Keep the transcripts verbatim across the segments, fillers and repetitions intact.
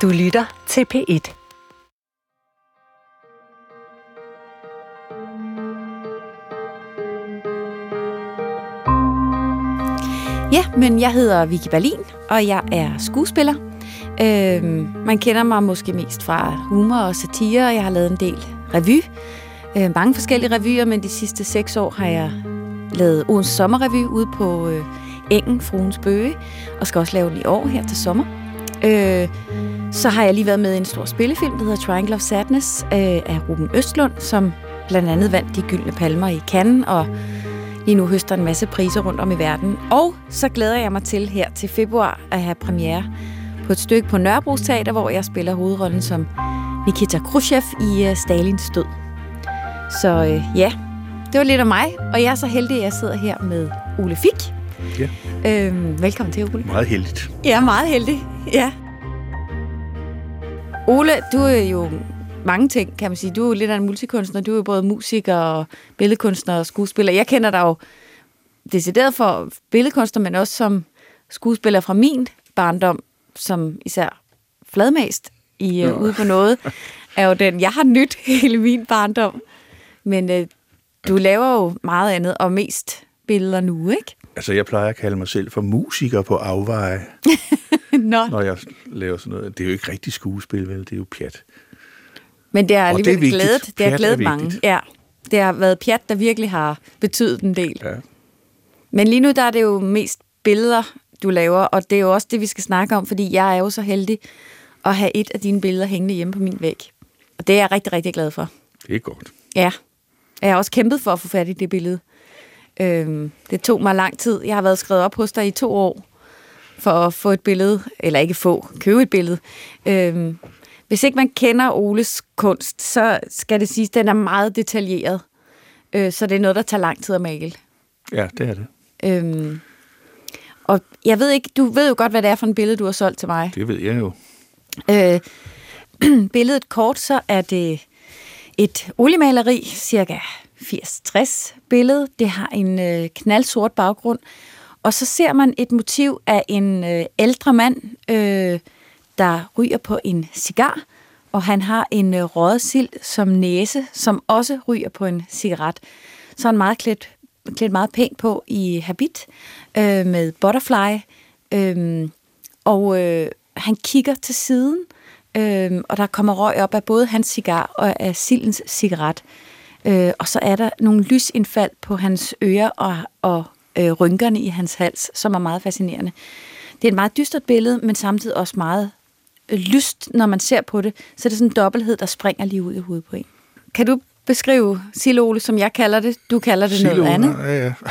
Du lytter til P et. Ja, men jeg hedder Vicky Berlin, og jeg er skuespiller. Øhm, man kender mig måske mest fra humor og satire. Jeg har lavet en del revy. Øh, mange forskellige revyer, men de sidste seks år har jeg lavet Odense Sommerrevy ude på øh, Engen, Fruens Bøge, og skal også lave den i år her til sommer. Øh, så har jeg lige været med i en stor spillefilm, der hedder Triangle of Sadness, øh, af Ruben Østlund, som blandt andet vandt de gyldne palmer i Cannes, og lige nu høster en masse priser rundt om i verden. Og så glæder jeg mig til her til februar at have premiere på et stykke på Nørrebros Teater, hvor jeg spiller hovedrollen som Nikita Khrushchev i uh, Stalins død. Så øh, ja, det var lidt om mig, og jeg er så heldig, at jeg sidder her med Ole Fick. Ja. Øhm, velkommen til, Ole. Meget heldigt. Ja, meget heldig, ja. Ole, du er jo mange ting, kan man sige. Du er jo lidt af en multikunstner. Du er jo både musiker og billedkunstner og skuespiller. Jeg kender dig jo decideret for billedkunstner, men også som skuespiller fra min barndom, som især fladmast i uh, Ude på noget, er jo den, jeg har nydt hele min barndom. Men uh, du laver jo meget andet, og mest billeder nu, ikke? Altså, jeg plejer at kalde mig selv for musiker på afveje, Nå. når jeg laver sådan noget. Det er jo ikke rigtig skuespil, vel? Det er jo pjat. Men det har alligevel det glædet, det har glædet mange. Vigtigt. Ja, det har været pjat, der virkelig har betydet en del. Ja. Men lige nu der er det jo mest billeder, du laver, og det er jo også det, vi skal snakke om, fordi jeg er jo så heldig at have et af dine billeder hængende hjemme på min væg. Og det er jeg rigtig, rigtig glad for. Det er godt. Ja, jeg har også kæmpet for at få fat i det billede. Øhm, det tog mig lang tid. Jeg har været skrevet op hos dig i to år for at få et billede, eller ikke få, købe et billede. Øhm, hvis ikke man kender Oles kunst, så skal det siges, at den er meget detaljeret. Øh, så det er noget, der tager lang tid at male. Ja, det er det. Øhm, og jeg ved ikke, du ved jo godt, hvad det er for en billede, du har solgt til mig. Det ved jeg jo. Øh, billedet kort, så er det et oliemaleri, cirka firs tres billede. Det har en øh, knaldsort baggrund. Og så ser man et motiv af en øh, ældre mand, øh, der ryger på en cigar, og han har en øh, røget sild som næse, som også ryger på en cigaret. Så er han meget klædt, klædt meget pænt på i habit øh, med butterfly, øh, og øh, han kigger til siden, øh, og der kommer røg op af både hans cigar og af sildens cigaret. Øh, og så er der nogle lysindfald på hans ører og, og øh, rynkerne i hans hals, som er meget fascinerende. Det er et meget dystert billede, men samtidig også meget øh, lyst, når man ser på det. Så det er sådan en dobbelthed, der springer lige ud i hovedet på en. Kan du beskrive Silde-Ole, som jeg kalder det? Du kalder det Silde-Ole, noget andet. Ja, ja.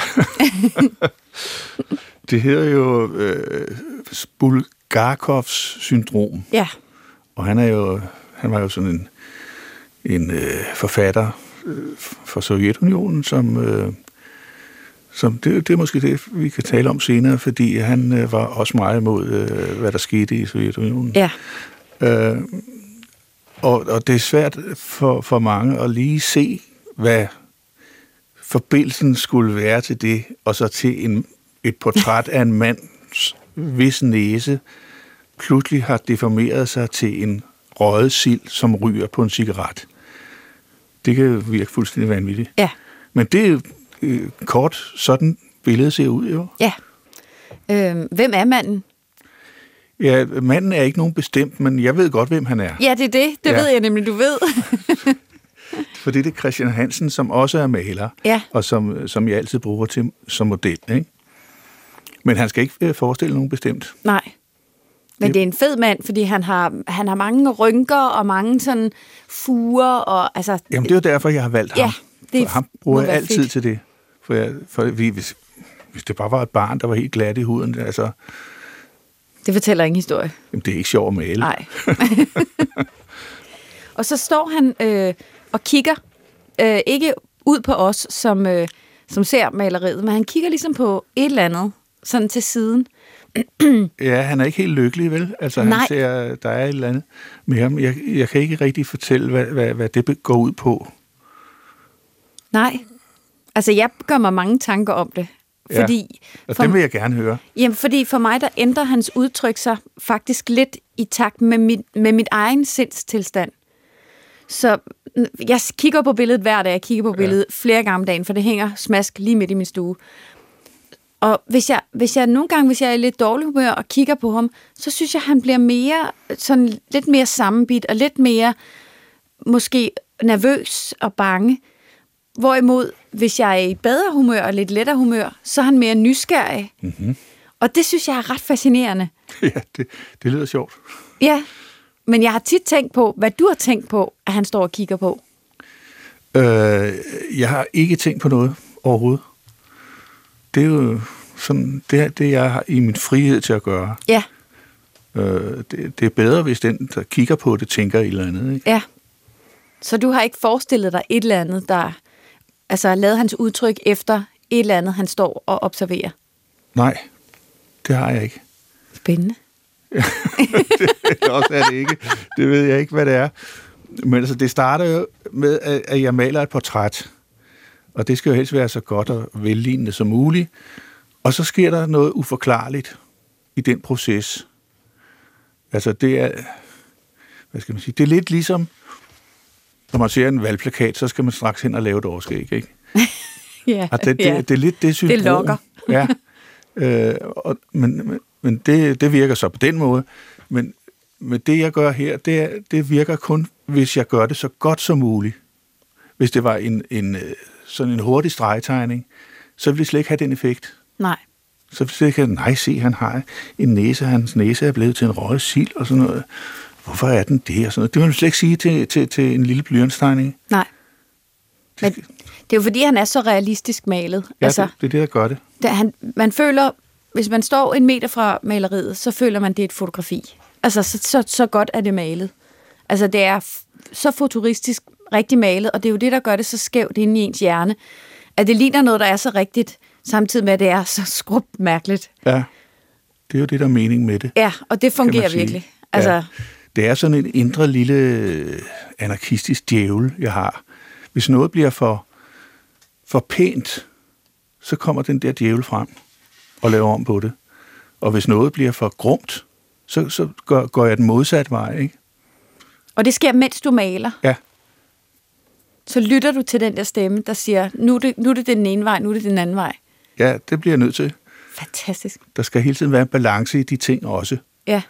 Det hedder jo øh, Bulgakovs syndrom. Ja. Og han er jo, han var jo sådan en, en øh, forfatter øh, for Sovjetunionen, som, øh, som det, det er måske det, vi kan tale om senere, fordi han øh, var også meget imod, øh, hvad der skete i Sovjetunionen. Ja. Øh, og, og det er svært for, for mange at lige se, hvad forbindelsen skulle være til det, og så til en, et portræt af en mand, hvis næse pludselig har deformeret sig til en røget sild, som ryger på en cigaret. Det kan virke fuldstændig vanvittigt. Ja. Men det er øh, kort, sådan billedet ser ud, jo. Ja. Øh, hvem er manden? Ja, manden er ikke nogen bestemt, men jeg ved godt, hvem han er. Ja, det er det. Det Ja. ved jeg nemlig, du ved. For det er Christian Hansen, som også er maler, Ja. og som, som jeg altid bruger til, som model, ikke? Men han skal ikke forestille nogen bestemt. Nej. Men det, det er en fed mand, fordi han har, han har mange rynker og mange sådan fuger. Og, altså, Jamen, det er jo derfor, jeg har valgt ja, ham. det For ham bruger må jeg være altid fedt. til det. For, jeg, for vi, hvis, hvis det bare var et barn, der var helt glat i huden, altså, Det fortæller ingen historie. jamen, det er ikke sjovt at male. Nej. Og så står han øh, og kigger, øh, ikke ud på os, som, øh, som ser maleriet, men han kigger ligesom på et eller andet, sådan til siden. Ja, han er ikke helt lykkelig, vel? Altså, Nej. han ser, der er et eller andet med ham. Jeg, jeg kan ikke rigtig fortælle, hvad, hvad, hvad det går ud på. Nej. Altså, jeg gør mig mange tanker om det. Fordi og for, det vil jeg gerne høre. Jamen, fordi for mig, der ændrer hans udtryk sig faktisk lidt i takt med mit, med mit egen sindstilstand. Så jeg kigger på billedet hver dag, jeg kigger på billedet ja. flere gange om dagen, for det hænger smask lige midt i min stue. Og hvis jeg, hvis jeg nogle gange, hvis jeg er i lidt dårlig humør og kigger på ham, så synes jeg, han bliver mere, sådan lidt mere sammenbidt og lidt mere måske nervøs og bange. Hvorimod, hvis jeg er i bedre humør og lidt lettere humør, så er han mere nysgerrig. Mm-hmm. Og det synes jeg er ret fascinerende. Ja, det, det lyder sjovt. Ja, men jeg har tit tænkt på, hvad du har tænkt på, at han står og kigger på. Øh, jeg har ikke tænkt på noget overhovedet. Det er jo sådan, det er det, jeg har i min frihed til at gøre. Ja. Øh, det, det er bedre, hvis den, der kigger på det, tænker et eller andet. Ikke? Ja. Så du har ikke forestillet dig et eller andet, der altså lavet hans udtryk efter et eller andet, han står og observerer? Nej, det har jeg ikke. Spændende. det også er det ikke. Det ved jeg ikke, hvad det er. Men altså, det starter jo med, at jeg maler et portræt. Og det skal jo helst være så godt og vellignende som muligt. Og så sker der noget uforklarligt i den proces. Altså, det er, hvad skal man sige, det er lidt ligesom, når man ser en valgplakat, så skal man straks hen og lave et overskæg, ikke? ja, og det, det, ja. det er lidt det syndrom. Det lokker. ja. Øh, og, men men, men det, det virker så på den måde. Men, men det, jeg gør her, det, er, det virker kun, hvis jeg gør det så godt som muligt. Hvis det var en, en, sådan en hurtig stregtegning, så ville det slet ikke have den effekt. Nej. Så ville det slet ikke have, nej, se, han har en næse, hans næse er blevet til en røget sild og sådan noget. Hvorfor er den det? Og sådan noget. Det vil man slet ikke sige til, til, til en lille blyantstegning. Nej. Men det er jo fordi, han er så realistisk malet. Ja, altså, det, det er det, der gør det. det han, man føler, hvis man står en meter fra maleriet, så føler man, det er et fotografi. Altså, så, så, så godt er det malet. Altså, det er f- så futuristisk rigtig malet, og det er jo det, der gør det så skævt inde i ens hjerne, at det ligner noget, der er så rigtigt, samtidig med, at det er så skrubt mærkeligt. Ja, det er jo det, der er mening med det. Ja, og det fungerer virkelig. Altså, ja. Det er sådan en indre lille anarkistisk djævel, jeg har. Hvis noget bliver for, for pænt, så kommer den der djævel frem og laver om på det. Og hvis noget bliver for grumt, så, så går, går jeg den modsatte vej, ikke? Og det sker, mens du maler? Ja. Så lytter du til den der stemme, der siger, nu er det, nu er det den ene vej, nu er det den anden vej? Ja, det bliver jeg nødt til. Fantastisk. Der skal hele tiden være en balance i de ting også. Ja.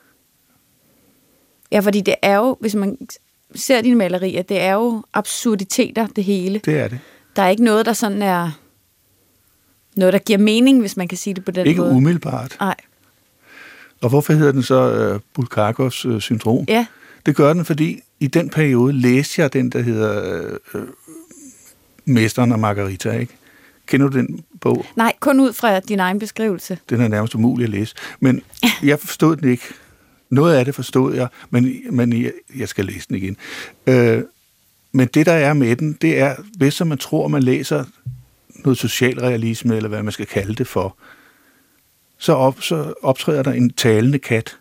Ja, fordi det er jo, hvis man ser dine malerier, det er jo absurditeter, det hele. Det er det. Der er ikke noget, der sådan er noget, der giver mening, hvis man kan sige det på den ikke måde. Ikke umiddelbart. Nej. Og hvorfor hedder den så uh, Bulgakovs uh, syndrom? Ja. Det gør den, fordi i den periode læste jeg den, der hedder uh, Mesteren og Margarita, ikke? Kender du den bog? Nej, kun ud fra din egen beskrivelse. Den er nærmest umulig at læse. Men jeg forstod den ikke. Noget af det forstod jeg, men, men jeg, jeg skal læse den igen. Øh, men det, der er med den, det er, hvis man tror, man læser noget socialrealisme, eller hvad man skal kalde det for, så, op, så optræder der en talende kat.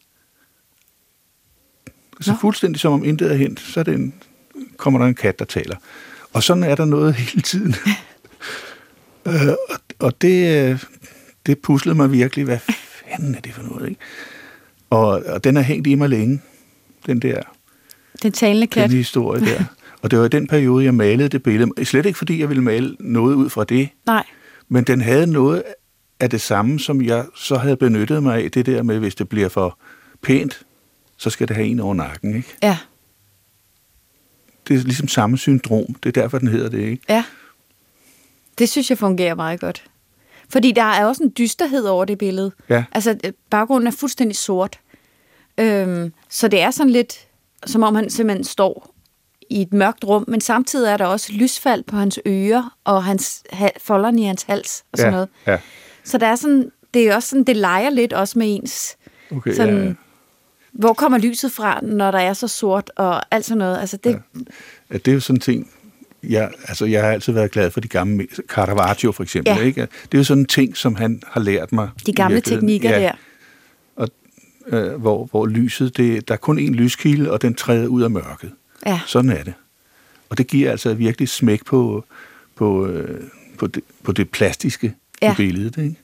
Så Nå. fuldstændig som om intet er hent, så er det en, kommer der en kat, der taler. Og sådan er der noget hele tiden. øh, og og det, det puslede mig virkelig. Hvad fanden er det for noget, ikke? Og, og den er hængt i mig længe, den der den talende kat. Den historie der. Og det var i den periode, jeg malede det billede. Slet ikke, fordi jeg ville male noget ud fra det. Nej. Men den havde noget af det samme, som jeg så havde benyttet mig af. Det der med, hvis det bliver for pænt, så skal det have en over nakken, ikke? Ja. Det er ligesom samme syndrom. Det er derfor, den hedder det, ikke? Ja. Det synes jeg fungerer meget godt. Fordi der er også en dysterhed over det billede. Ja. Altså, baggrunden er fuldstændig sort. Øhm, så det er sådan lidt, som om han simpelthen står i et mørkt rum, men samtidig er der også lysfald på hans ører, og hans, folderne i hans hals, og sådan ja. noget. Ja. Så der er sådan, det er også sådan, det leger lidt også med ens. Okay, sådan, ja, ja. Hvor kommer lyset fra, når der er så sort, og alt sådan noget. Altså, det... Ja. Ja, det er jo sådan en ting. Jeg, altså, jeg har altid været glad for de gamle Caravaggio, for eksempel. Ja. Ikke? Det er jo sådan en ting, som han har lært mig. De gamle teknikker ja. der. Og, øh, hvor, hvor lyset, det, der er kun en lyskilde, og den træder ud af mørket. Ja. Sådan er det. Og det giver altså virkelig smæk på, på, øh, på, det, på det plastiske ja. i billedet, ikke?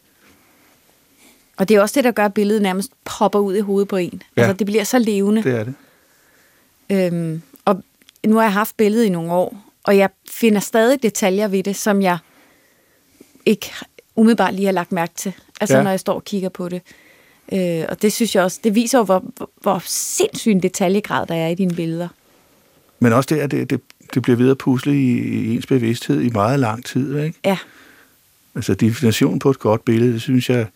Og det er også det, der gør, at billedet nærmest popper ud i hovedet på en. Ja. Altså, det bliver så levende. Det er det. Øhm, og nu har jeg haft billedet i nogle år, og jeg finder stadig detaljer ved det, som jeg ikke umiddelbart lige har lagt mærke til. Altså, ja. når jeg står og kigger på det. Øh, og det synes jeg også, det viser jo, hvor, hvor, hvor sindssygt en detaljegrad, der er i dine billeder. Men også det, at det, det, det bliver ved at pusle i, i ens bevidsthed i meget lang tid, ikke? Ja. Altså, definition på et godt billede, det synes jeg...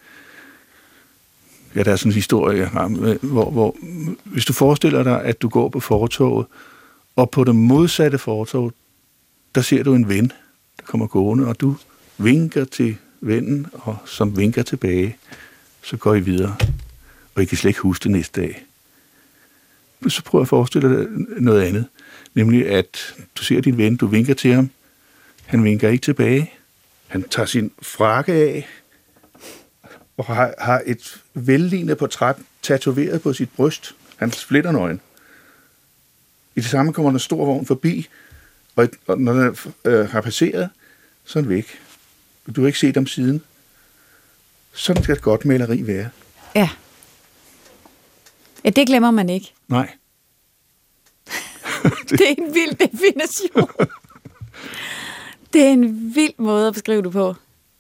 Ja, der er sådan en historie, jeg har, hvor, hvor hvis du forestiller dig, at du går på fortovet, og på det modsatte fortov, der ser du en ven, der kommer gående, og du vinker til vennen, og som vinker tilbage, så går I videre, og I kan slet ikke huske det næste dag. Så prøv at forestille dig noget andet, nemlig at du ser din ven, du vinker til ham, han vinker ikke tilbage, han tager sin frakke af, og har, har et vellignende portræt tatoveret på sit bryst. Han splitter nøgen. I det samme kommer der en stor vogn forbi, og, et, og når den øh, har passeret, så er den væk. Du har ikke set dem siden. Sådan skal et godt maleri være. Ja. Ja, det glemmer man ikke. Nej. det... det er en vild definition. Det er en vild måde at beskrive det på.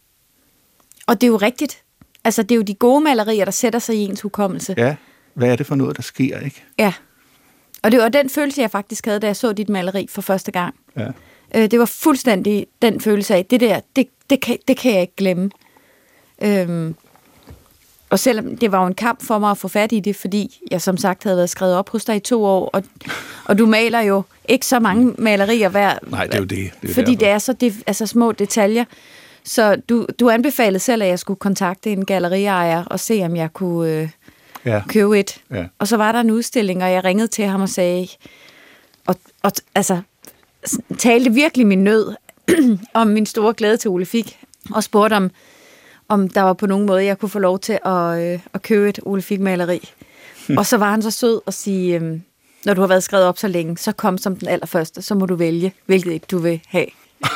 Og det er jo rigtigt. Altså, det er jo de gode malerier, der sætter sig i ens hukommelse. Ja, hvad er det for noget, der sker, ikke? Ja, og det var den følelse, jeg faktisk havde, da jeg så dit maleri for første gang. Ja. Øh, det var fuldstændig den følelse af, det der, det, det, kan, det kan jeg ikke glemme. Øhm, og selvom det var jo en kamp for mig at få fat i det, fordi jeg som sagt havde været skrevet op hos dig i to år, og, og du maler jo ikke så mange malerier hver... Nej, det er jo det. det er fordi derfor. Det er så det, altså små detaljer. Så du, du anbefalede selv, at jeg skulle kontakte en galleriejer og se, om jeg kunne øh, ja. købe et. Ja. Og så var der en udstilling, og jeg ringede til ham og sagde, og, og altså, talte virkelig min nød om min store glæde til Ole Fick, og spurgte om, om der var på nogen måde, jeg kunne få lov til at, øh, at købe et Ole Fick-maleri. Hm. Og så var han så sød at sige, øh, når du har været skrevet op så længe, så kom som den allerførste, så må du vælge, hvilket ikke du vil have.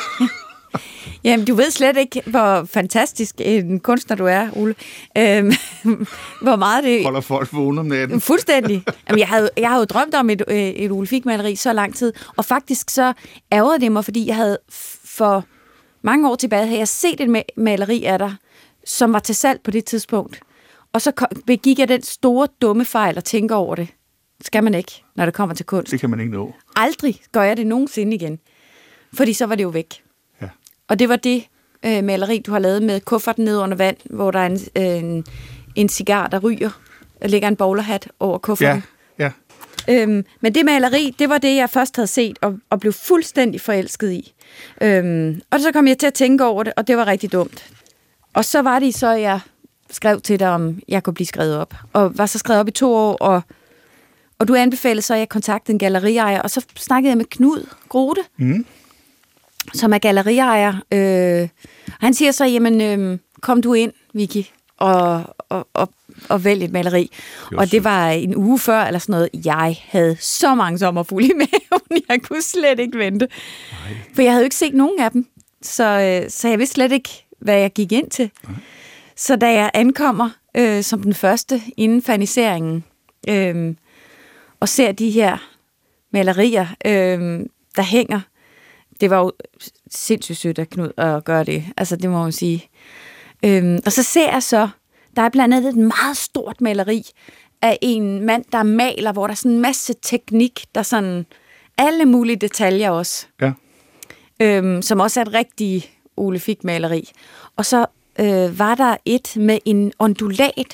Jamen, du ved slet ikke, hvor fantastisk en kunstner du er, Ole. Øhm, hvor meget det... Holder folk vågne om natten. Fuldstændig. Jamen, jeg havde, jeg havde jo drømt om et, et Ole Fick-maleri så lang tid, og faktisk så ærgerede det mig, fordi jeg havde for mange år tilbage, havde jeg set et maleri af dig, som var til salg på det tidspunkt. Og så begik jeg den store, dumme fejl og tænker over det. Skal man ikke, når det kommer til kunst. Det kan man ikke nå. Aldrig gør jeg det nogensinde igen. Fordi så var det jo væk. Og det var det øh, maleri, du har lavet med kufferten ned under vand, hvor der er en, øh, en, en cigar, der ryger. Der ligger en bowlerhat over kufferten. Ja, ja. Øhm, men det maleri, det var det, jeg først havde set og, og blev fuldstændig forelsket i. Øhm, og så kom jeg til at tænke over det, og det var rigtig dumt. Og så var det så, jeg skrev til dig, om jeg kunne blive skrevet op. Og var så skrevet op i to år, og, og du anbefalede så, at jeg kontaktede en galleriejer, og så snakkede jeg med Knud Grote, mm. som er galleriejer. Øh, han siger så, jamen, øh, kom du ind, Vicky, og, og, og, og vælg et maleri. Det og det var en uge før, eller sådan noget. Jeg havde så mange sommerfugle i maven, jeg kunne slet ikke vente. Nej. For jeg havde jo ikke set nogen af dem, så, øh, så jeg vidste slet ikke, hvad jeg gik ind til. Nej. Så da jeg ankommer øh, som den første inden faniseringen, øh, og ser de her malerier, øh, der hænger, det var jo sindssygt sødt af Knud at gøre det. Altså, det må man sige. Øhm, og så ser jeg så, der er blandt andet et meget stort maleri af en mand, der maler, hvor der er sådan en masse teknik, der sådan alle mulige detaljer også. Ja. Øhm, som også er et rigtigt Ole Fick-maleri. Og så øh, var der et med en ondulat,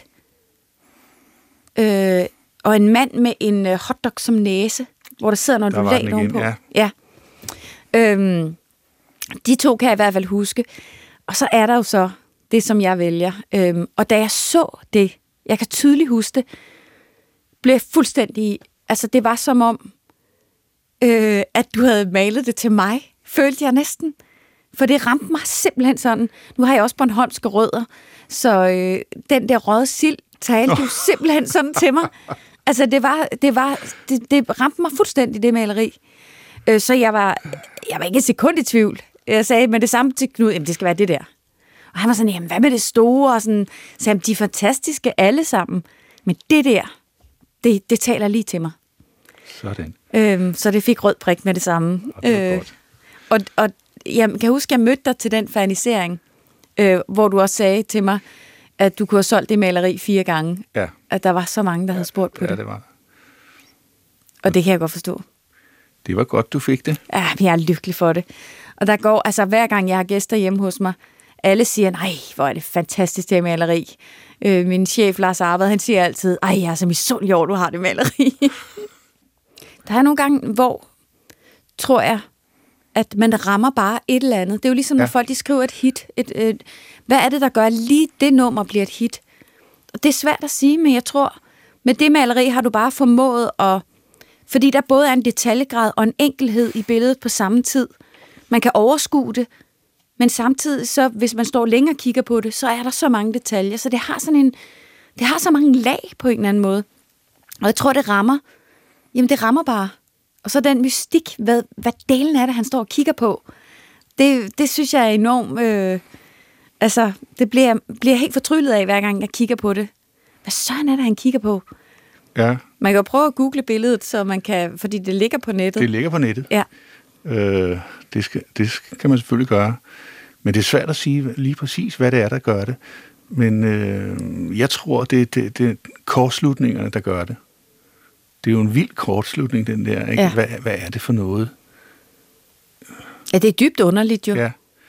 øh, og en mand med en øh, hotdog som næse, hvor der sidder en ondulat ovenpå. Ja. ja. Øhm, de to kan jeg i hvert fald huske. Og så er der jo så det, som jeg vælger. Øhm, og da jeg så det, jeg kan tydeligt huske det, blev jeg fuldstændig... Altså, det var som om, øh, at du havde malet det til mig, følte jeg næsten. For det ramte mig simpelthen sådan. Nu har jeg også bornholmske rødder, så øh, den der røde sild talte jo simpelthen sådan til mig. Altså, det var... Det, var, det, det ramte mig fuldstændig, det maleri. Så jeg var, jeg var ikke et sekund i tvivl. Jeg sagde med det samme til Knud, jamen det skal være det der. Og han var sådan, jamen hvad med det store? Og sådan, så jamen, de er fantastiske alle sammen. Men det der, det, det taler lige til mig. Sådan. Øhm, så det fik rød prik med det samme. Og det var øh, godt. Og, og jeg kan huske, at jeg mødte dig til den fanisering, øh, hvor du også sagde til mig, at du kunne have solgt det maleri fire gange. Ja. At der var så mange, der ja, havde spurgt på ja, det. det var. Og det kan jeg godt forstå. Det var godt, du fik det. Ja, men jeg er lykkelig for det. Og der går, altså hver gang jeg har gæster hjemme hos mig, alle siger, nej, hvor er det fantastisk, det maleri. Øh, min chef, Lars Arvad, han siger altid, ej, jeg er så misundelig over, du har det maleri. Der er nogle gange, hvor, tror jeg, at man rammer bare et eller andet. Det er jo ligesom, når ja. folk de skriver et hit. Et, et, hvad er det, der gør, at lige det nummer bliver et hit? Og det er svært at sige, men jeg tror, med det maleri har du bare formået at... Fordi der både er en detaljegrad og en enkelhed i billedet på samme tid. Man kan overskue det, men samtidig, så, hvis man står længere og kigger på det, så er der så mange detaljer. Så det har sådan en... Det har så mange lag på en eller anden måde. Og jeg tror, det rammer... Jamen, det rammer bare. Og så den mystik, hvad, hvad delen er det, han står og kigger på. Det, det synes jeg er enormt... Øh, altså, det bliver, bliver helt fortryllet af, hver gang jeg kigger på det. Hvad søren er det, han kigger på? Ja. Man kan jo prøve at google billedet, så man kan, fordi det ligger på nettet. Det ligger på nettet. Ja. Øh, det, skal, det kan man selvfølgelig gøre. Men det er svært at sige lige præcis, hvad det er, der gør det. Men øh, jeg tror, det, det, det er kortslutningerne, der gør det. Det er jo en vild kortslutning, den der. Ikke? Ja. Hvad, hvad er det for noget? Ja, det er dybt underligt jo. Ja.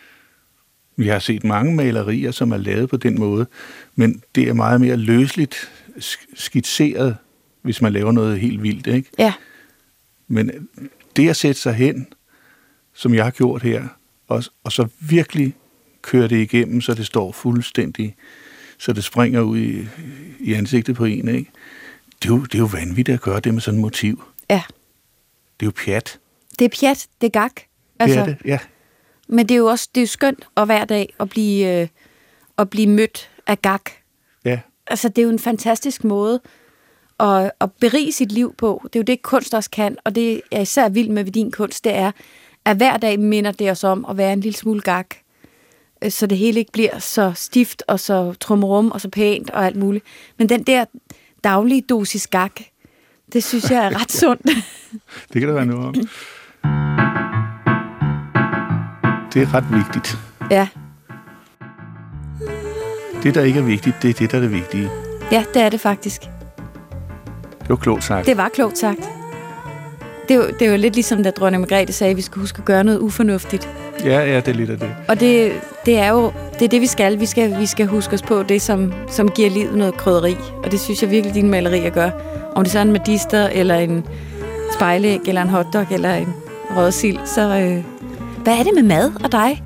Vi har set mange malerier, som er lavet på den måde, men det er meget mere løsligt skitseret, hvis man laver noget helt vildt, ikke? Ja. Men det at sætte sig hen, som jeg har gjort her, og, og så virkelig køre det igennem, så det står fuldstændig, så det springer ud i, i ansigtet på en, ikke? Det er, jo, det er jo vanvittigt at gøre det med sådan et motiv. Ja. Det er jo pjat. Det er pjat, det er gak. Altså, det er det, ja. Men det er jo også det er jo skønt at hver dag at blive, øh, at blive mødt af gak. Ja. Altså, det er jo en fantastisk måde at, at berige sit liv på. Det er jo det, kunst også kan, og det er især vildt med ved din kunst, det er, at hver dag minder det os om at være en lille smule gak. Så det hele ikke bliver så stift og så trummerum og så pænt og alt muligt. Men den der daglige dosis gak, det synes jeg er ret sundt. Det kan der være noget om. Det er ret vigtigt. Ja. Det, der ikke er vigtigt, det er det, der er det vigtige. Ja, det er det faktisk. Det var klogt sagt. Det var klogt sagt. Det er jo, det er jo lidt ligesom, da dronning Margrethe sagde, at vi skal huske at gøre noget ufornuftigt. Ja, ja, det er lidt af det. Og det, det er jo det, er det vi skal. Vi skal. Vi skal huske os på det, som, som giver livet noget krydderi. Og det synes jeg virkelig, dine malerier gør. Om det så er en medister, eller en spejlæg, eller en hotdog, eller en rødsild, så... Øh, hvad er det med mad og dig?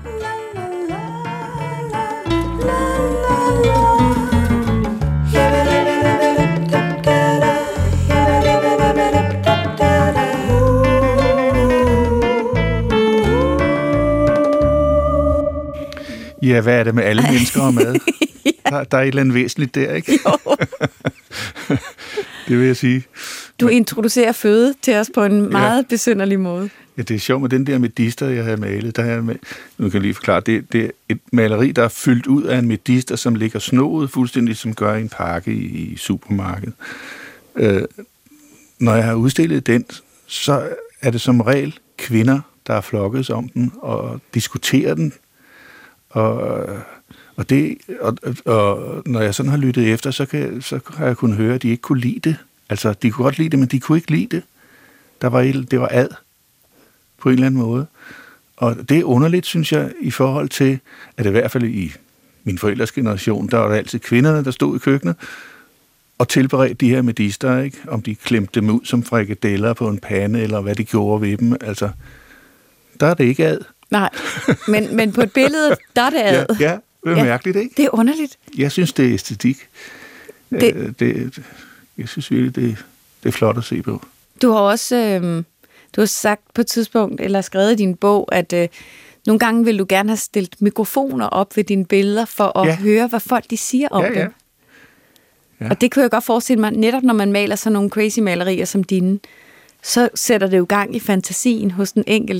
Ja, hvad er det med alle mennesker og mad? ja. der, der er et eller andet væsentligt der, ikke? Jo. Det vil jeg sige. Du introducerer føde til os på en meget ja. besynderlig måde. Ja, det er sjovt med den der medister, jeg havde malet. Der er med, nu kan jeg lige forklare, det, det er et maleri, der er fyldt ud af en medister, som ligger snået fuldstændig, som gør i en pakke i, i supermarkedet. Øh, når jeg har udstillet den, så er det som regel kvinder, der er flokket om den og diskuterer den. Og, og, det, og, og når jeg sådan har lyttet efter, så, kan, så har jeg kunnet høre, at de ikke kunne lide det. Altså, de kunne godt lide det, men de kunne ikke lide det. Der var, det var ad på en eller anden måde. Og det er underligt, synes jeg, i forhold til, at i hvert fald i min forældres generation, der var der altid kvinderne, der stod i køkkenet og tilberedte de her medister, ikke? Om de klemte dem ud som frikadeller på en pande, eller hvad de gjorde ved dem. Altså, der er det ikke ad. Nej, men, men på et billede, der er det ad. Ja, ja, det er ja, mærkeligt, ikke? Det er underligt. Jeg synes, det er æstetik. Det, øh, det, jeg synes virkelig, det, det er flot at se på. Du har også øh, du har sagt på et tidspunkt, eller skrevet i din bog, at øh, nogle gange vil du gerne have stillet mikrofoner op ved dine billeder, for at ja. høre, hvad folk de siger om ja, ja. dem. Ja. Og det kan jeg godt forestille mig, netop når man maler sådan nogle crazy malerier som dine, så sætter det jo gang i fantasien hos den enkelte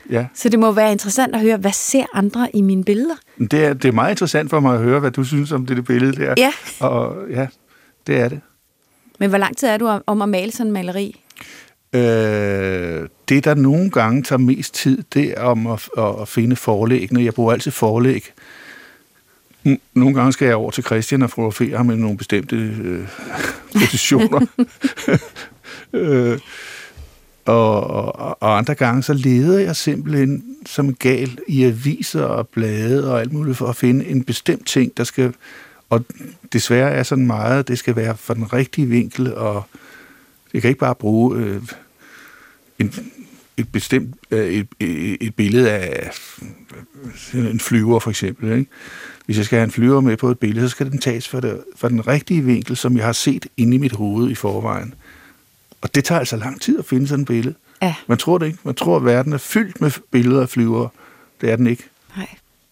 Ja. Så det må være interessant at høre, hvad ser andre i mine billeder? Det er, det er meget interessant for mig at høre, hvad du synes om det, det billede der. Ja. Og ja, det er det. Men hvor lang tid er du om, om at male sådan en maleri? Øh, det, der nogle gange tager mest tid, det er om at, at finde forlæggene. Jeg bruger altid forlæg. Nogle gange skal jeg over til Christian og fotografere ham med nogle bestemte øh, positioner. øh, og, og, og andre gange, så leder jeg simpelthen som gal i aviser og blade og alt muligt for at finde en bestemt ting, der skal... Og desværre er sådan meget, det skal være for den rigtige vinkel, og jeg kan ikke bare bruge øh, en, et bestemt øh, et, et, et billede af en flyver for eksempel. Ikke? Hvis jeg skal have en flyver med på et billede, så skal den tages for, det, for den rigtige vinkel, som jeg har set inde i mit hoved i forvejen. Og det tager altså lang tid at finde sådan et billede. Ja. Man tror det ikke. Man tror, at verden er fyldt med billeder af flyvere. Det er den ikke. Nej.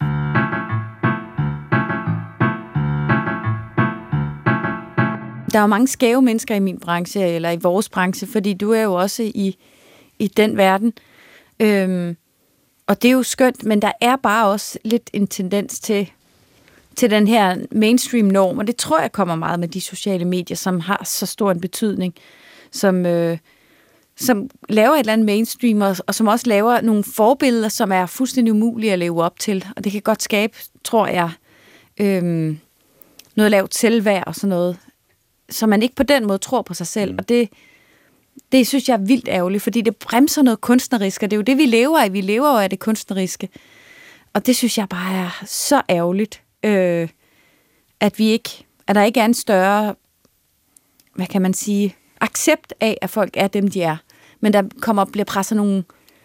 Der er jo mange skæve mennesker i min branche, eller i vores branche, fordi du er jo også i, i den verden. Øhm, og det er jo skønt, men der er bare også lidt en tendens til, til den her mainstream-norm, og det tror jeg kommer meget med de sociale medier, som har så stor en betydning, som, øh, som laver et eller andet mainstream, og, og som også laver nogle forbilleder, som er fuldstændig umulige at leve op til. Og det kan godt skabe, tror jeg, øh, noget lavt selvværd og sådan noget, så man ikke på den måde tror på sig selv. Mm. Og det, det synes jeg er vildt ærgerligt, fordi det bremser noget kunstnerisk, og det er jo det, vi lever af. Vi lever jo af det kunstneriske. Og det synes jeg bare er så ærgerligt, øh, at vi ikke, at der ikke er en større, hvad kan man sige, accept af, at folk er dem, de er. Men der kommer bliver presset nogle,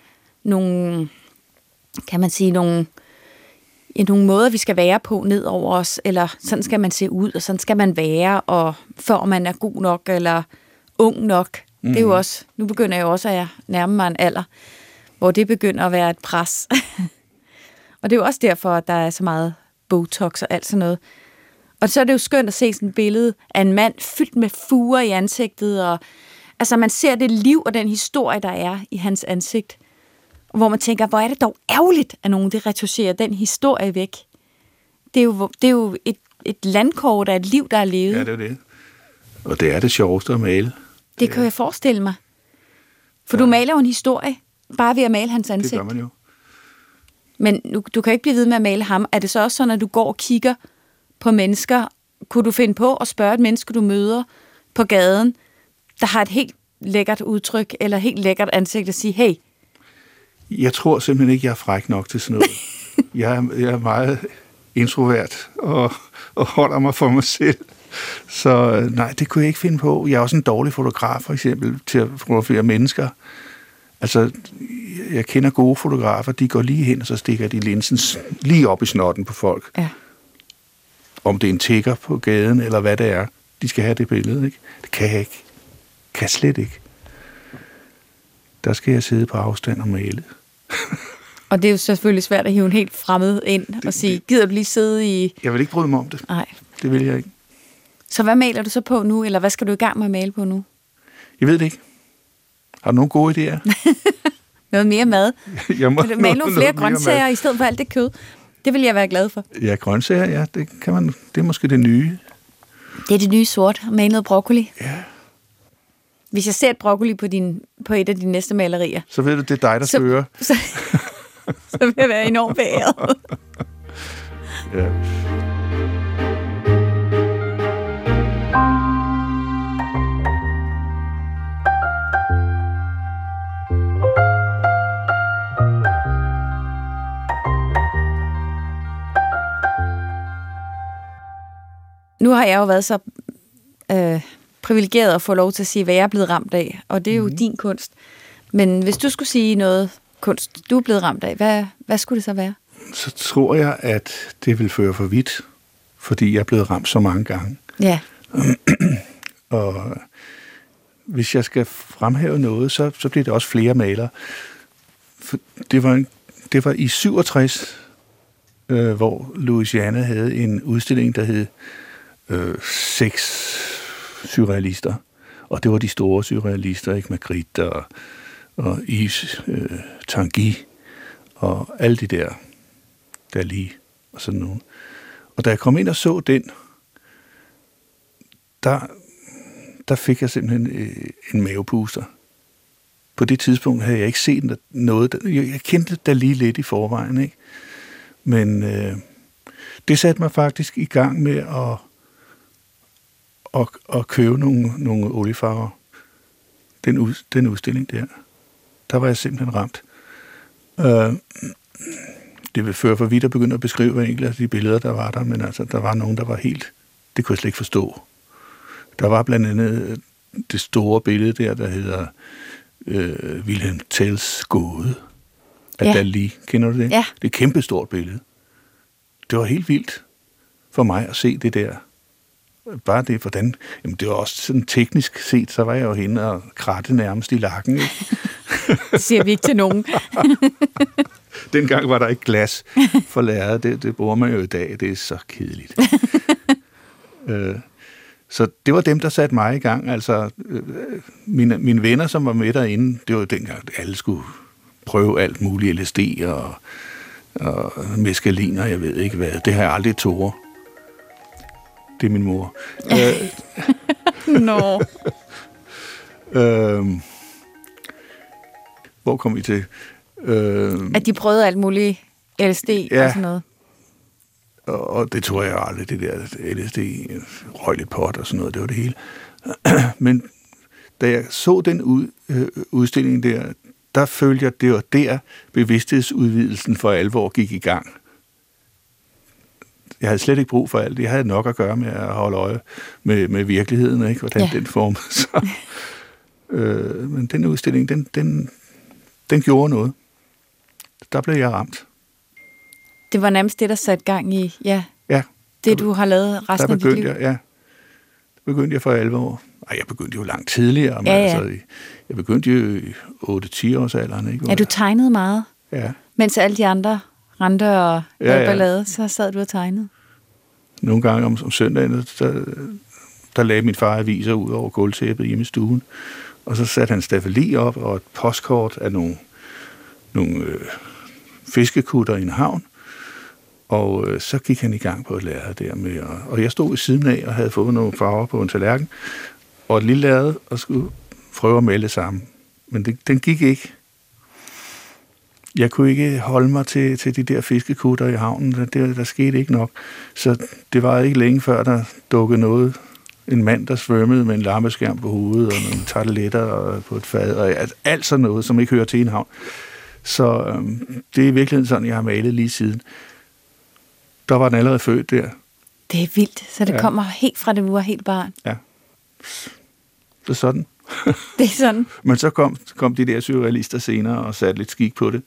nogle kan man sige, nogle, ja, nogle måder, vi skal være på ned over os, eller sådan skal man se ud, og sådan skal man være, og før man er god nok, eller ung nok. Mm. Det er jo også, nu begynder jeg også at nærme mig en alder, hvor det begynder at være et pres. Og det er jo også derfor, at der er så meget botox og alt sådan noget. Og så er det jo skønt at se sådan et billede af en mand fyldt med fuger i ansigtet, og altså man ser det liv og den historie, der er i hans ansigt, hvor man tænker, hvor er det dog ærgerligt, at nogen det retuscherer den historie væk. Det er jo, det er jo et, et landkort af et liv, der er levet. Ja, det er det. Og det er det sjoveste at male. Det kan jeg forestille mig. For ja. Du maler jo en historie, bare ved at male hans ansigt. Det gør man jo. Men du, du kan ikke blive ved med at male ham. Er det så også sådan, at du går og kigger på mennesker? Kunne du finde på at spørge et menneske, du møder på gaden, der har et helt lækkert udtryk, eller helt lækkert ansigt, og sige, hey? Jeg tror simpelthen ikke, jeg er fræk nok til sådan noget. jeg, er, jeg er meget introvert, og, og holder mig for mig selv. Så nej, det kunne jeg ikke finde på. Jeg er også en dårlig fotograf, for eksempel, til at fotografere mennesker. Altså, jeg kender gode fotografer, de går lige hen, og så stikker de linsen lige op i snotten på folk. Ja. Om det er en tigger på gaden, eller hvad det er. De skal have det billede, ikke? Det kan jeg ikke. Kan jeg slet ikke. Der skal jeg sidde på afstand og male. Og det er jo selvfølgelig svært at hive en helt fremmed ind og sige, gider du lige sidde i... Jeg vil ikke bryde mig om det. Nej. Det vil jeg ikke. Så hvad maler du så på nu, eller hvad skal du i gang med at male på nu? Jeg ved det ikke. Har du nogle gode idéer? Noget mere mad. Jeg må, kan du male nogle flere noget grøntsager i stedet for alt det kød? Det vil jeg være glad for. Ja, grøntsager, ja. Det, kan man, det er måske det nye. Det er det nye sort. Male noget broccoli. Ja. Hvis jeg ser et broccoli på, din, på et af dine næste malerier... Så ved du, det er dig, der så, spørger. Så, så vil jeg være enormt beæret. Ja. Nu har jeg jo været så øh, privilegeret at få lov til at sige, hvad jeg er blevet ramt af, og det er jo mm. din kunst. Men hvis du skulle sige noget kunst, du er blevet ramt af, hvad, hvad skulle det så være? Så tror jeg, at det vil føre for vidt, fordi jeg er blevet ramt så mange gange. Ja. Og hvis jeg skal fremhæve noget, så, så bliver det også flere malere. Det var, en, det var i syvogtres, øh, hvor Louisiana havde en udstilling, der hed øh, Seks surrealister. Og det var de store surrealister, ikke? Magritte og, og Yves øh, Tanguy. og alle de der, der lige, og sådan nogle. Og da jeg kom ind og så den, der, der fik jeg simpelthen øh, en mavepuster. På det tidspunkt havde jeg ikke set noget. Der, jeg, jeg kendte det lige lidt i forvejen, ikke? Men øh, det satte mig faktisk i gang med at, at, at købe nogle, nogle oliefarver. Den, ud, den udstilling der. Der var jeg simpelthen ramt. Øh, det vil føre for vidt at begynde at beskrive hver enkelt af de billeder, der var der, men altså, der var nogen, der var helt... Det kunne jeg slet ikke forstå. Der var blandt andet det store billede der, der hedder øh, Wilhelm Tells gåde af ja. Dalí. Kender du det? Ja. Det er et kæmpestort billede. Det var helt vildt for mig at se det der. Bare det, hvordan... Jamen, det var også sådan teknisk set, så var jeg jo henne og kratte nærmest i lakken, ikke? Det siger vi ikke til nogen. Dengang var der ikke glas for lærred. Det, det bruger man jo i dag. Det er så kedeligt. øh, så det var dem, der satte mig i gang. Altså, øh, mine, mine venner, som var med derinde, det var dengang, alle skulle prøve alt muligt L S D og, og meskalin, og jeg ved ikke hvad. Det har jeg aldrig tåret. Det er min mor. Nå. øh, hvor kom vi til? Øh, At de prøvede alt muligt L S D ja, og sådan noget. Og, og det tror jeg aldrig, det der L S D, røg lidt pot og sådan noget, det var det hele. Men da jeg så den ud, øh, udstilling der, der følte jeg, at det var der bevidsthedsudvidelsen for alvor gik i gang. Jeg havde slet ikke brug for alt. Jeg havde nok at gøre med at holde øje med, med virkeligheden, ikke? Hvordan ja. den formede sig. øh, men den udstilling, den, den, den gjorde noget. Der blev jeg ramt. Det var nærmest det, der satte gang i, ja, ja det, du har lavet resten af dit liv. Jeg, ja, der begyndte jeg for alvor. Ej, jeg begyndte jo langt tidligere, men ja, ja. Altså, jeg begyndte jo i otte til ti års alderen. Ikke? Ja, du tegnede meget, ja. mens alle de andre rendte og lavede ja, ja. ballade, så sad du og tegnede. Nogle gange om, om søndagen, der, der lagde min far aviser ud over gulvtæppet hjemme i stuen, og så satte han staffeli op og et postkort af nogle, nogle øh, fiskekutter i en havn, og øh, så gik han i gang på et lærred der med, og, og jeg stod ved siden af og havde fået nogle farver på en tallerken, og et lille lærred, og skulle prøve at melde sammen. Men det, den gik ikke. Jeg kunne ikke holde mig til, til de der fiskekutter i havnen. Der, der, der skete ikke nok. Så det var ikke længe før, der dukkede noget. En mand, der svømmede med en lammeskærm på hovedet, og nogle tarteletter og på et fad, og alt sådan noget, som ikke hører til en havn. Så øhm, det er virkelig sådan, jeg har malet lige siden. Der var den allerede født der. Det er vildt, så det ja. kommer helt fra det, du var helt barn. Ja. Det er sådan. Det er sådan. Men så kom, kom de der surrealister senere og satte lidt skik på det.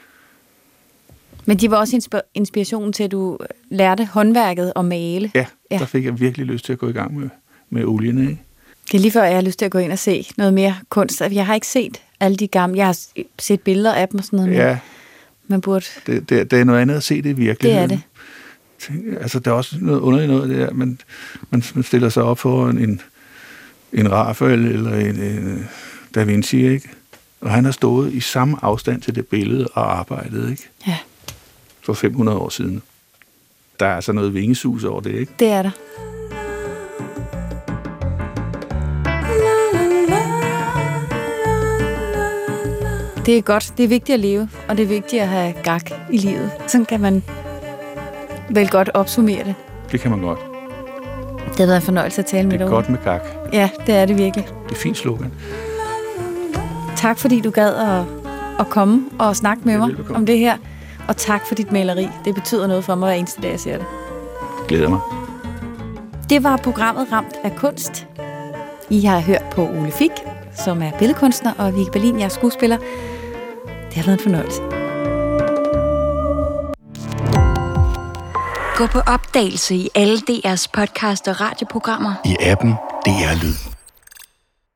Men de var også insp- inspirationen til, at du lærte håndværket og male. Ja, ja, der fik jeg virkelig lyst til at gå i gang med, med olierne. Ikke? Det er lige før, jeg har lyst til at gå ind og se noget mere kunst. Jeg har ikke set alle de gamle. Jeg har set billeder af dem og sådan noget. Ja, man burde... det, det, det er noget andet at se det i virkeligheden. Det er det. Altså, der er også noget underligt noget der. Man, man, man stiller sig op for en, en, en Raphael eller en, en Da Vinci, ikke? Og han har stået i samme afstand til det billede og arbejdet, ikke? Ja. For fem hundrede år siden. Der er altså noget vingesus over det, ikke? Det er der. Det er godt. Det er vigtigt at leve, og det er vigtigt at have gak i livet. Sådan kan man vel godt opsummere det. Det kan man godt. Det har været en fornøjelse at tale med dig. Det er godt med gak. Ja, det er det virkelig. Det er fint slogan. Tak fordi du gad at, at komme og snakke med mig om det her. Og tak for dit maleri. Det betyder noget for mig hver eneste dag, jeg ser det. Glæder mig. Det var programmet Ramt af kunst. I har hørt på Ole Fick, som er billedkunstner, og Vicky Berlin, jeg er skuespiller. Det har været en fornøjelse. Gå på opdagelse i alle D R's podcast og radioprogrammer. I appen D R Lyd.